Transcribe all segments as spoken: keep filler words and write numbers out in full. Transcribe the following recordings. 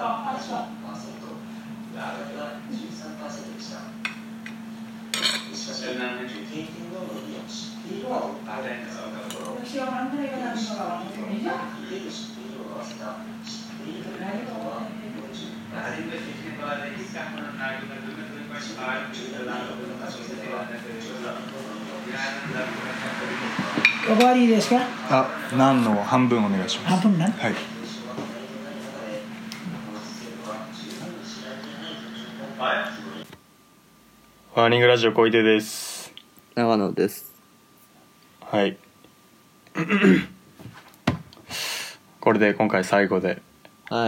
おかわりいいですか？ あ、ナンの半分お願いします。 半分な。 はい。ワーニングラジオ小出です。 長野です。 はい。これで今回最後で。 はい。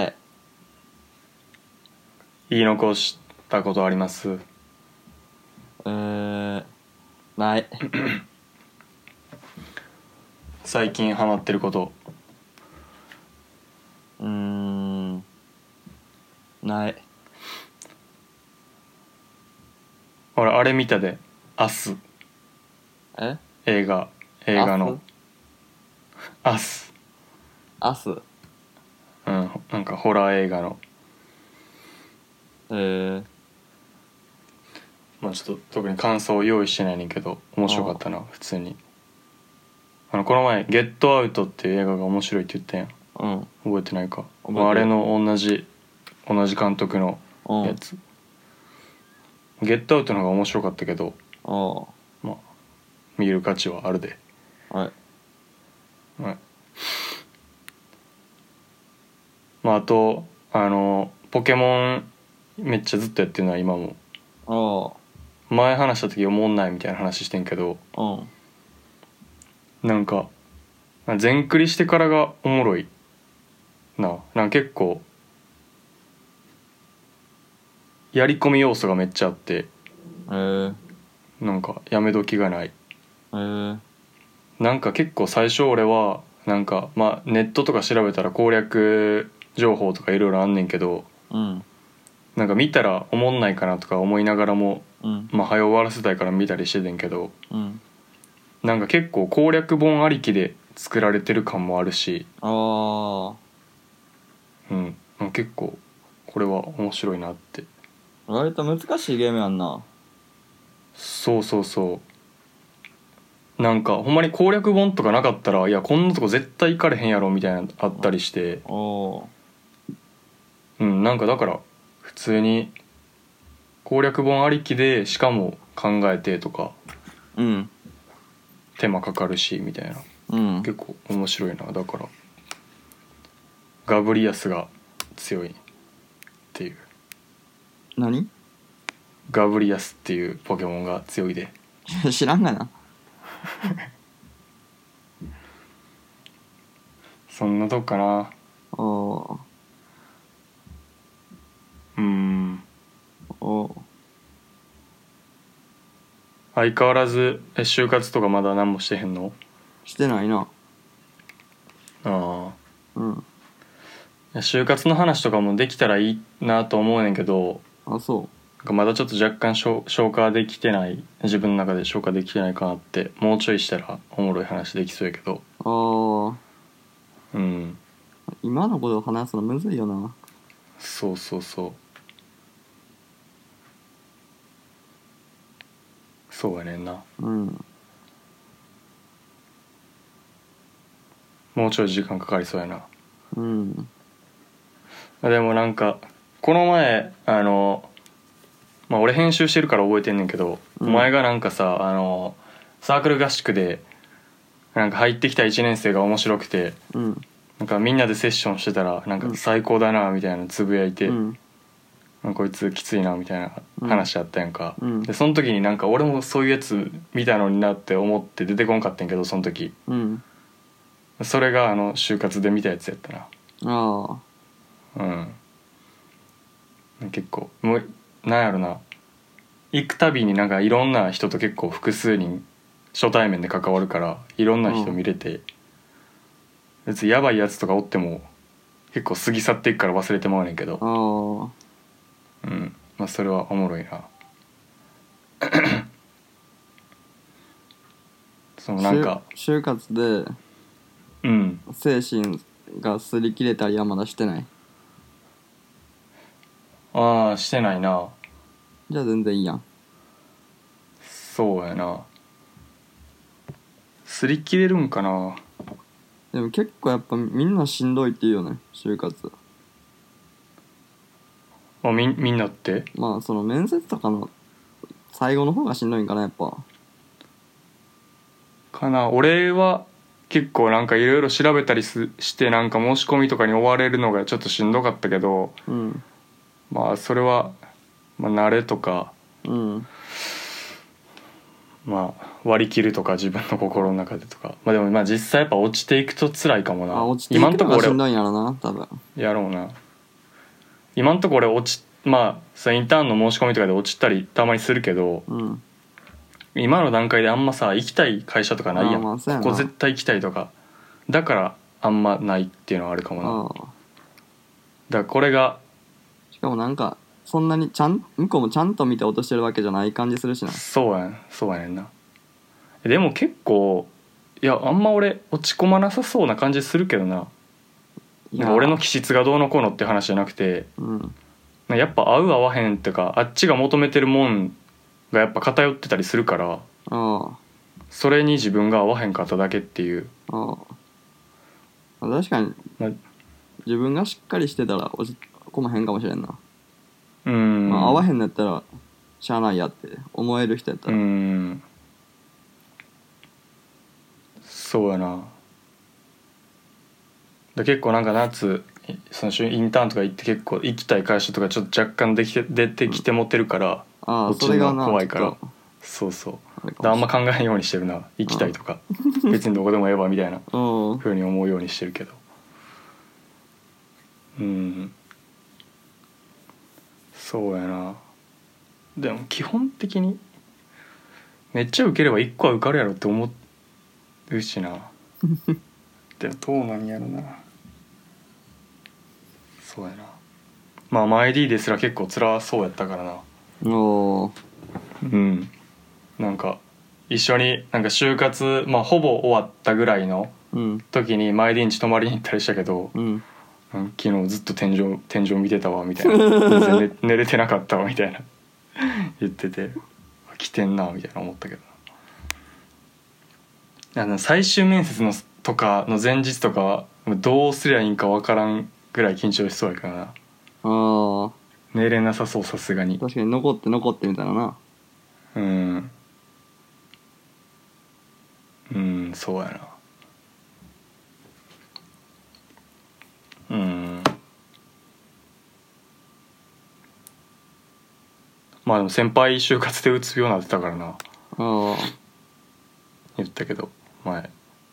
言い残したことあります？ えー、ない。 最近ハマってること。 うーん、ない。 俺あれ見たで、アス。 え？ 映画映画のアス。 アス。 うん、なんかホラー映画の。 えー、 まあちょっと特に感想を用意してないねんけど面白かったな普通に。あのこの前「ゲットアウト」っていう映画が面白いって言ったやん。 うん。 覚えてないか。 覚えてる。 あれの同じ同じ監督のやつ。ゲットアウトの方が面白かったけど、 あまあ見る価値はあるで。 あ。はい。 はい。まああとあのポケモンめっちゃずっとやってるのは今も。 あ前話した時おもんないみたいな話してんけど、 あ。うん。 なんか全クリしてからがおもろいな。なんか結構やり込み要素がめっちゃあって、 えー、 なんかやめ時がない。 えー、 なんか結構最初俺はなんかまあネットとか調べたら攻略情報とかいろいろあんねんけど、 うん。 なんか見たらおもんないかなとか思いながらも、 うん。 まあ早終わらせたいから見たりしててんけど、 うん。 なんか結構攻略本ありきで作られてる感もあるし、 ああ。 うん、結構これは面白いなって。 割と難しいゲームやんな。 そうそうそう。なんかほんまに攻略本とかなかったらいやこんなとこ絶対行かれへんやろみたいなのあったりして、 おー。 うん、なんかだから普通に攻略本ありきでしかも考えてとかうん。 手間かかるしみたいな、 うん。 結構面白いな。だからガブリアスが強いっていう。 何？ ガブリアスっていうポケモンが強いで。 知らんがな。 そんなとこかな。 おー。 うーん。 おー。 相変わらずえ就活とかまだ何もしてへんの？ してないな。 ああ。 うん。 就活の話とかもできたらいいなと思うねんけど、 あ、そなんかまだちょっと若干消消化できてない、自分の中で消化できてないかなって。もうちょいしたらおもろい話できそうやけど。 う。ああ。 うん、 今のことを話すのむずいよな。 そうそうそう、そうやねんな。 うん。 もうちょい時間かかりそうやな。 うん。 でもなんかこの前あのまあ俺編集してるから覚えてんねんけど、 うん、 お前がなんかさあのサークル合宿でなんか入ってきたいちねん生が面白くて、 うん、 なんかみんなでセッションしてたらなんか最高だなみたいなつぶやいて、 うん、 こいつきついなみたいな話あったやんか、 うん、 でその時になんか俺もそういうやつ見たのになって思って出てこんかったんけど、その時、 うん、 それがあの就活で見たやつやったな。 ああ、うん、結構もうなんやろな、行くたびになんかいろんな人と結構複数人初対面で関わるからいろんな人見れて、うん、別にやばいやつとかおっても結構過ぎ去っていくから忘れてまうねんけど、 あ、 うん、まあそれはおもろいな。そのなんか就活でうん精神が擦り切れたりはまだしてない。 ああしてないな。 じゃあ全然いいやん。 そうやな。擦り切れるんかな。 でも結構やっぱみんなしんどいって言うよね、就活。 あ、みみんなって。 まあその面接とかの最後の方がしんどいんかな、やっぱ。 かな。俺は結構なんかいろいろ調べたりすしてなんか申し込みとかに追われるのがちょっとしんどかったけど、 うん。 まあそれは、まあ、慣れとか、 うん。 まあ割り切るとか自分の心の中でとか、まあでもまあ実際やっぱ落ちていくと辛いかもな。 あ、落ちていくのがしんどいんやろな、多分。 やろうな。今んとこ俺落ちまあさインターンの申し込みとかで落ちたりたまにするけど、 うん。 今の段階であんまさ行きたい会社とかないやん。 あまあそうやなここ絶対行きたいとかだからあんまないっていうのはあるかもな。 ああ。 だからこれがしかもなんか、そんなにちゃん、向こうもちゃんと見て落としてるわけじゃない感じするしな。 そうやんそうやねんな。でも結構いやあんま俺落ち込まなさそうな感じするけどな。 いやなんか俺の気質がどうのこうのって話じゃなくて、 うん。 やっぱ合う合わへんってかあっちが求めてるもんがやっぱ偏ってたりするから、 ああ。 それに自分が合わへんかっただけっていう。 ああ。確かに、 まあ、 自分がしっかりしてたら落ち込まへんかもしれんな。 うーん、 まあ、合わへんのやったらしゃあないやって思える人やったうーら。 んそうやな。で結構なんか夏そのインターンとか行って結構行きたい会社とかちょっと若干できて出てきて持ってるから、 ああ、 落ちるのそれがな、 怖いからちょっとそうそうあれかだあんもしれん。 ま考えんようにしてるな。行きたいとか別にどこでもええわみたいなうん。 風に思うようにしてるけど、うんそうやな。でも基本的にめっちゃ受ければいっこは受かるやろって思うしなでもどうなんやろな。そうやな。まあ前 D ですら結構辛そうやったからな。 おー。 うんなんか一緒になんか就活まあほぼ終わったぐらいのうん。 時に前 D ん家泊まりに行ったりしたけど、 うん。 うん昨日ずっと天井天井見てたわみたいな全然寝寝れてなかったわみたいな言ってて来てんなみたいな思ったけど、あの最終面接のとかの前日とかはどうすりゃいいんかわからんぐらい緊張しそうやからな。 ああ。 寝れなさそうさすがに。 確かに残って残ってみたいなな。 うんうんそうやな。うんまあでも先輩就活でうつ病になってたからな。 ああ。 言ったけど前。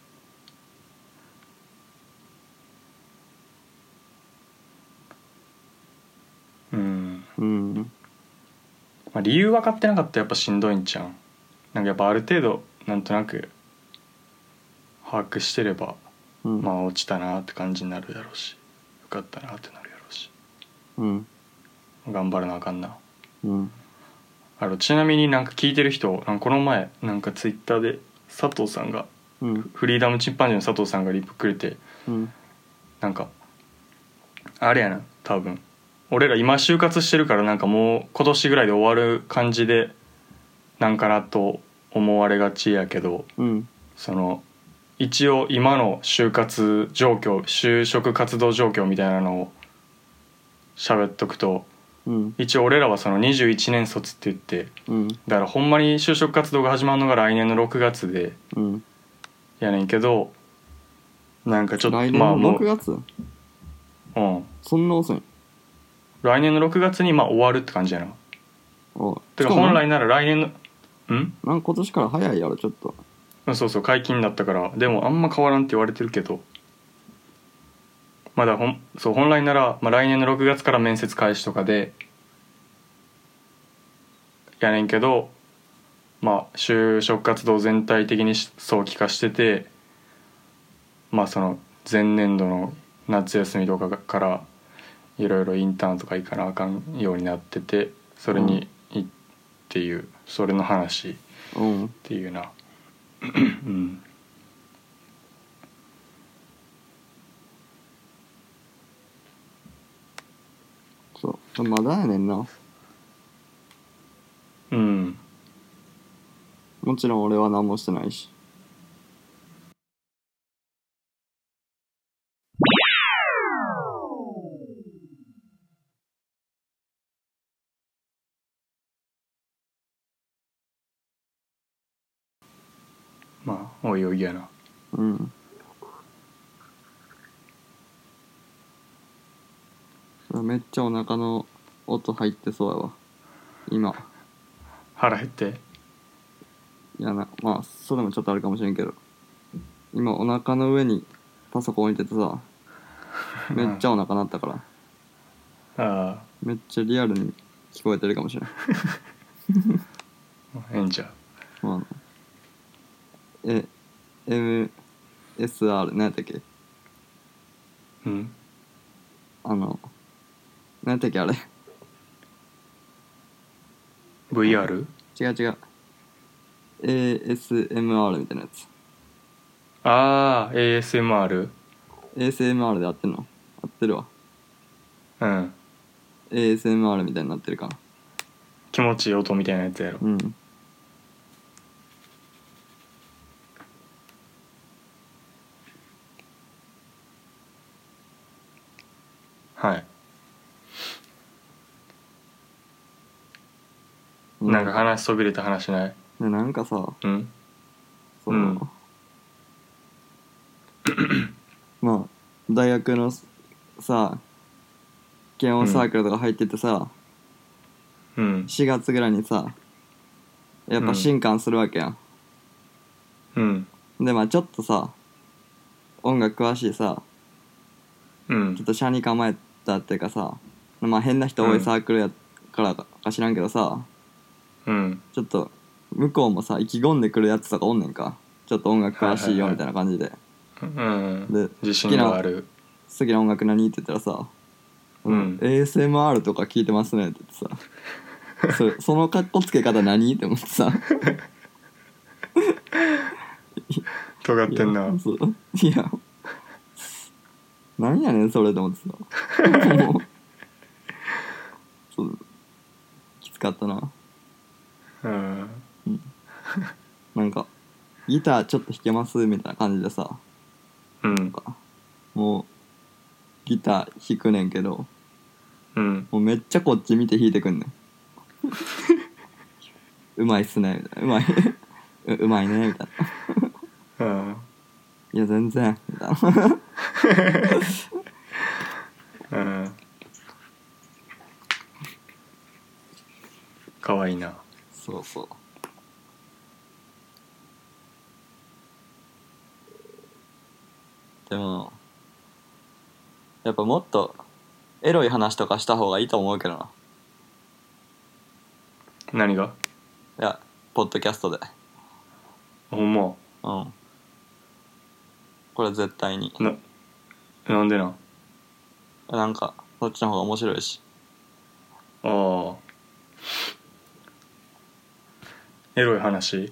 うんうん。 まあ、理由分かってなかったらやっぱしんどいんちゃうん。なんかやっぱある程度なんとなく把握してれば、 うん。 まあ落ちたなって感じになるやろうし受かったなってなるやろうしうん。 頑張らなあかんな。 うん。 あのちなみになんか聞いてる人なんかこの前なんかツイッターで佐藤さんが、 うん。 フリーダムチンパンジーの佐藤さんがリプくれて、 うん。 なんかあれやな多分俺ら今就活してるからなんかもう今年ぐらいで終わる感じでなんかなと思われがちやけど、 うん。 その一応今の就活状況就職活動状況みたいなのを喋っとくと、 うん。 一応俺らはそのにじゅういちねん卒って言ってうん。 だからほんまに就職活動が始まるのが来年のろくがつでうん。 やねんけど、なんかちょっと来年のまあもうろくがつ、 うんそんな遅いん？ 来年のろくがつにまあ終わるって感じやな。 おてか本来なら来年のんなんか今年から早いやろちょっと。 そうそう解禁だったからでもあんま変わらんって言われてるけどまだほんそう本来なら、まあ、来年のろくがつから面接開始とかでやねんけどまあ就職活動全体的に早期化しててまあその前年度の夏休みとかからいろいろインターンとか行かなあかんようになっててそれに行っていうそれの話っうん。 ていうなうんそうまだやねんな。 うん。 もちろん俺は何もしてないし。 まあおいおいやな。 うん。めっちゃお腹の音入ってそうやわ今。 腹減って。 いやな、まあそれもちょっとあるかもしれんけど、今お腹の上にパソコン置いててさ、めっちゃお腹鳴ったから、 ああめっちゃリアルに聞こえてるかもしれん。 ええんちゃう。 まあ、え エムエスアール 何やったっけ。 うんあの何やったっけあれ。 ブイアール？ 違う違う エーエスエムアール みたいなやつ。 ああ エーエスエムアール？ エーエスエムアール で合ってんの？合ってるわ。 うん。 エーエスエムアール みたいになってるかな。 気持ちいい音みたいなやつやろ。 うん。 はい。なんか話そびれた話ない？ でなんかさ、 うんその、 うん、 まあ大学のさ軽音サークルとか入っててさ、 うん、 しがつぐらいにさやっぱ新歓するわけやん、 うん、 でまあちょっとさ音楽詳しいさ、 うん、 ちょっと車に構えたっていうかさ、まあ変な人多いサークルやからか知らんけどさ、 うん、 ちょっと向こうもさ意気込んでくるやつとかおんねんか、ちょっと音楽詳しいよみたいな感じで、 うん、 で自信がある。 好きな音楽何って言ったらさ、 うん、 エーエスエムアール とか聞いてますねって言ってさそ, そのカッコつけ方何って思ってさ尖ってんな。 いやそういや何やねんそれと思ってさもうそうきつかったな。 うん、 なんかギターちょっと弾けますみたいな感じでさ、 うん、 もうギター弾くねんけど、 うん、 もうめっちゃこっち見て弾いてくんねんうまいっすねみたいな、うまいううまいねみたいなうん、 いや全然みたいなうん、かわいいな。 そうそう。でもやっぱもっとエロい話とかした方がいいと思うけどな。 何が？ いやポッドキャストで。 ほんま。 うん。これ絶対に。 な、なんでなん？ なんかそっちの方が面白いし。 ああ。エロい話？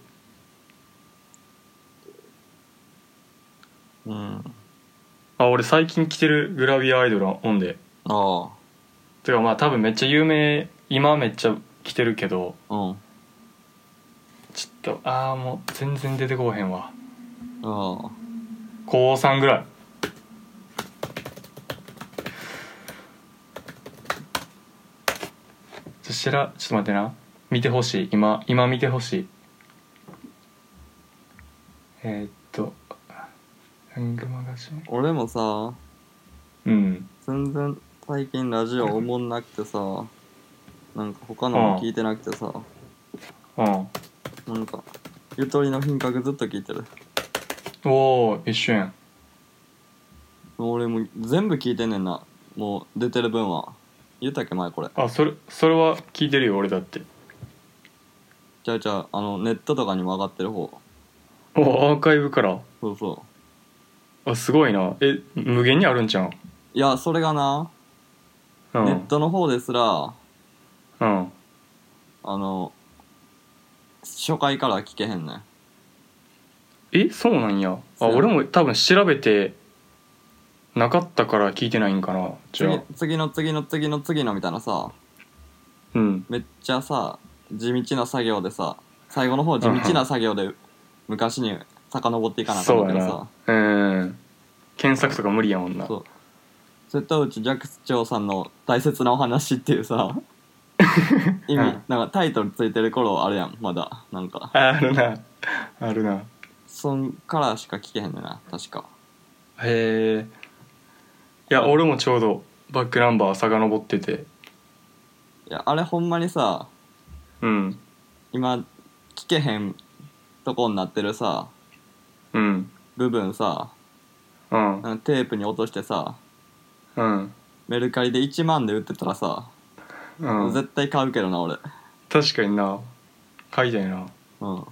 うん。 あ、俺最近来てるグラビアアイドルオンで。 あてかまあ多分めっちゃ有名、今めっちゃ来てるけど、 あ。うん。 ちょっとああもう全然出てこうへんわ。 ああ。 高さんぐらい。ちょしらちょっと待ってな、見てほしい、今今見てほしい。えー、っとヤングマガジン。 俺もさ、 うん全然最近ラジオおもんなくてさ、なんか他のも聞いてなくてさ、 うん。 なんかゆとりの品格ずっと聞いてる。 おー一緒やん。 俺も全部聞いてんねんな、もう出てる分は。言ったっけ前これ。 あ、それそれは聞いてるよ俺だって。 じゃあじゃああのネットとかにも上がってる方。 おアーカイブから。 そうそう。 あすごいな。え無限にあるんちゃう？ いやそれがな、 うん、 ネットの方ですらうんあの初回から聞けへんねん。 えそうなんや。あそうや俺も多分調べてなかったから聞いてないんかなじゃあ。 次次の次の次の次のみたいなさ、 うんめっちゃさ地道な作業でさ、最後の方地道な作業で昔に遡っていかなあかんそうやだけどさ、 な。うん検索とか無理やもんな。 そう瀬戸内寂聴さんの大切なお話っていうさ意味、 うんなんかタイトルついてる頃あるやん、まだなんかあるなあるな。 そんからしか聞けへんねんな確か。 へえ。いや俺もちょうどバックナンバー遡ってて。 いやあれほんまにさうん今聞けへんとこになってるさうん部分さ、 うんなんかテープに落としてさうんメルカリでいちまんで売ってたらさ、 うん絶対買うけどな俺。 確かにな買いたいな。 うん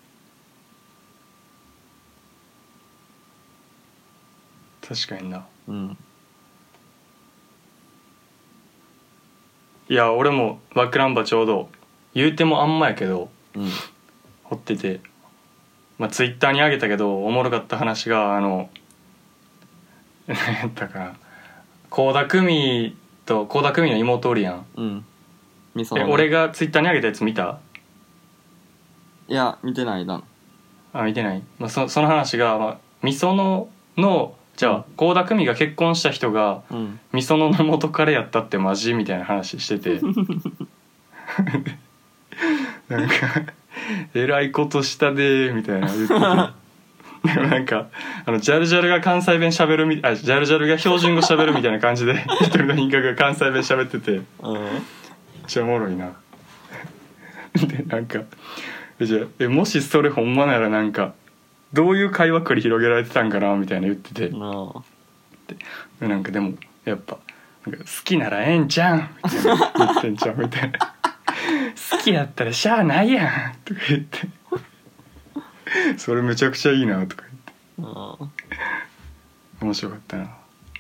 確かにな。 うんいや俺もバックナンバーちょうど言うてもあんまやけどうん掘ってて、まあツイッターにあげたけどおもろかった話があの何やったかな、倖田來未と倖田來未の妹おるやん。 うんみそえ俺がツイッターにあげたやつ見た？ いや見てないな。 あ見てない、まあ、そ, その話が、まあ、みそののじゃあ倖田來未が結婚した人がうんみそのの元彼やったってマジみたいな話しててなんかえらいことしたでみたいな言っててでもなんかあのジャルジャルが関西弁喋るみあジャルジャルが標準語喋るみたいな感じで一人の品格が関西弁喋っててめっうんちゃおもろいなでなんかえじゃあえもしそれほんまならなんかどういう会話繰り広げられてたんかなみたいな言ってて、 なあなんかでもやっぱなんか好きならええんちゃうんみたいな言ってんちゃうみたいな好きやったらしゃあないやんとか言ってそれめちゃくちゃいいなとか言ってあ面白かったな。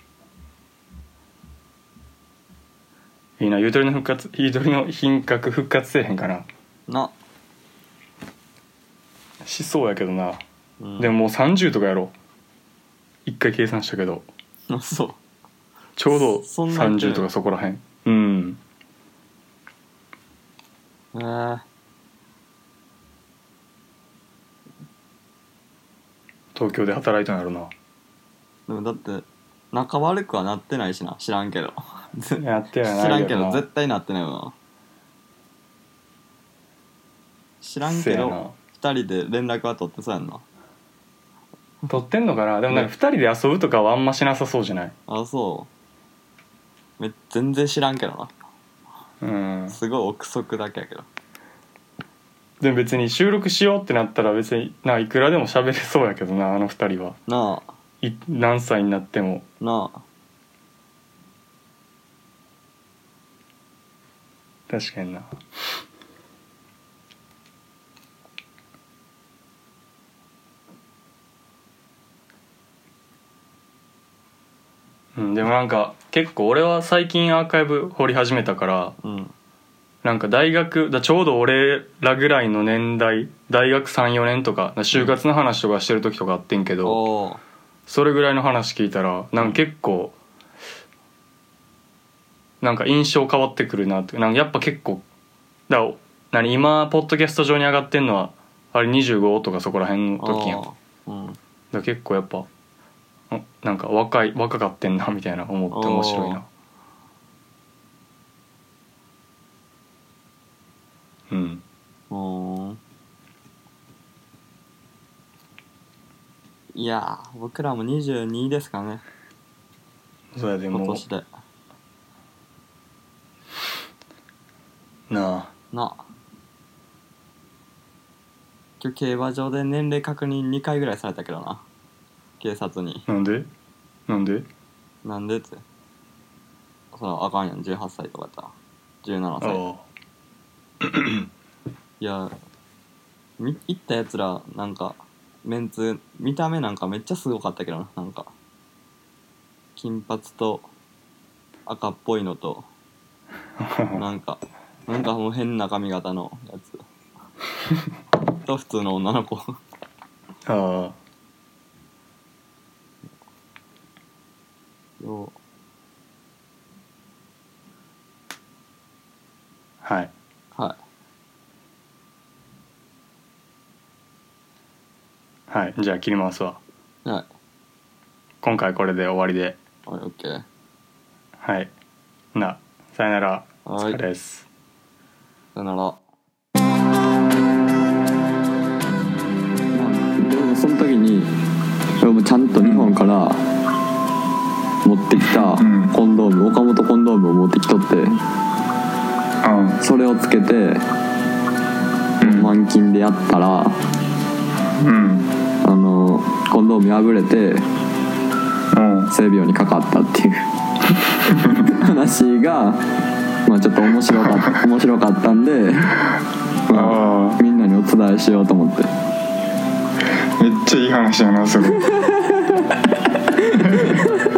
いいな、ゆとりの復活、ゆとりの品格復活せえへんかな。 な、 しそうやけどな、 うん、 でももうさんじゅうとかやろ。一回計算したけどあそうちょうどそんなさんじゅうとかそこらへん。うんえー、 東京で働いたんやろな。 でもだって仲悪くはなってないしな、知らんけどやってはない知らんけやろな。 ど絶対なってないよな。知らんけどふたりで連絡は取ってそうやんな。 撮ってんのかな。でもなんかふたりで遊ぶとかはあんましなさそうじゃない？ あそうめ全然知らんけどうんな、すごい憶測だけやけど。 でも別に収録しようってなったら別にないくらでも喋れそうやけどな、あのふたりは。 なあい何歳になっても。 なあ確かにな。うん、でもなんか結構俺は最近アーカイブ掘り始めたから、 うん、 なんか大学だちょうど俺らぐらいの年代、大学さん、よねんとか就活の話とかしてる時とかあってんけど、 おーそれぐらいの話聞いたらなんか結構なんか印象変わってくるなって。なんかやっぱ結構だから何今ポッドキャスト上に上がってんのはあれにじゅうごとかそこら辺の時やん。だかあー、うん、 ら結構やっぱなんか若い若かってんなみたいな思って面白いな。うんおーいやー僕らもにじゅうにですかね、 そうやでも今年でなあ。 な。今日競馬場で年齢確認にかいぐらいされたけどな、警察に。 なんでなんでなんでってそらあかんやん、じゅうはっさいとかやったらじゅうななさい。 あいやみ行ったやつらなんかメンツ見た目なんかめっちゃすごかったけどな、なんか金髪と赤っぽいのとあなんかなんかもう変な髪型のやつと普通の女の子ああよはいははいじゃあ切りますわ。 いはい今回これで終わりで。 はい、オッケー。 はいなさよなら。おはい疲れです。 さよなら。 でもその時に俺もちゃんと日本から持ってきたうんコンドーム、岡本コンドームを持ってきとって、 あそれをつけてうん満勤でやったら、 うんあのコンドーム破れてうん性病にかかったっていう話が、まあ、ちょっと面白かった面白かったんで、まああ、みんなにお伝えしようと思って。 めっちゃいい話やなそれ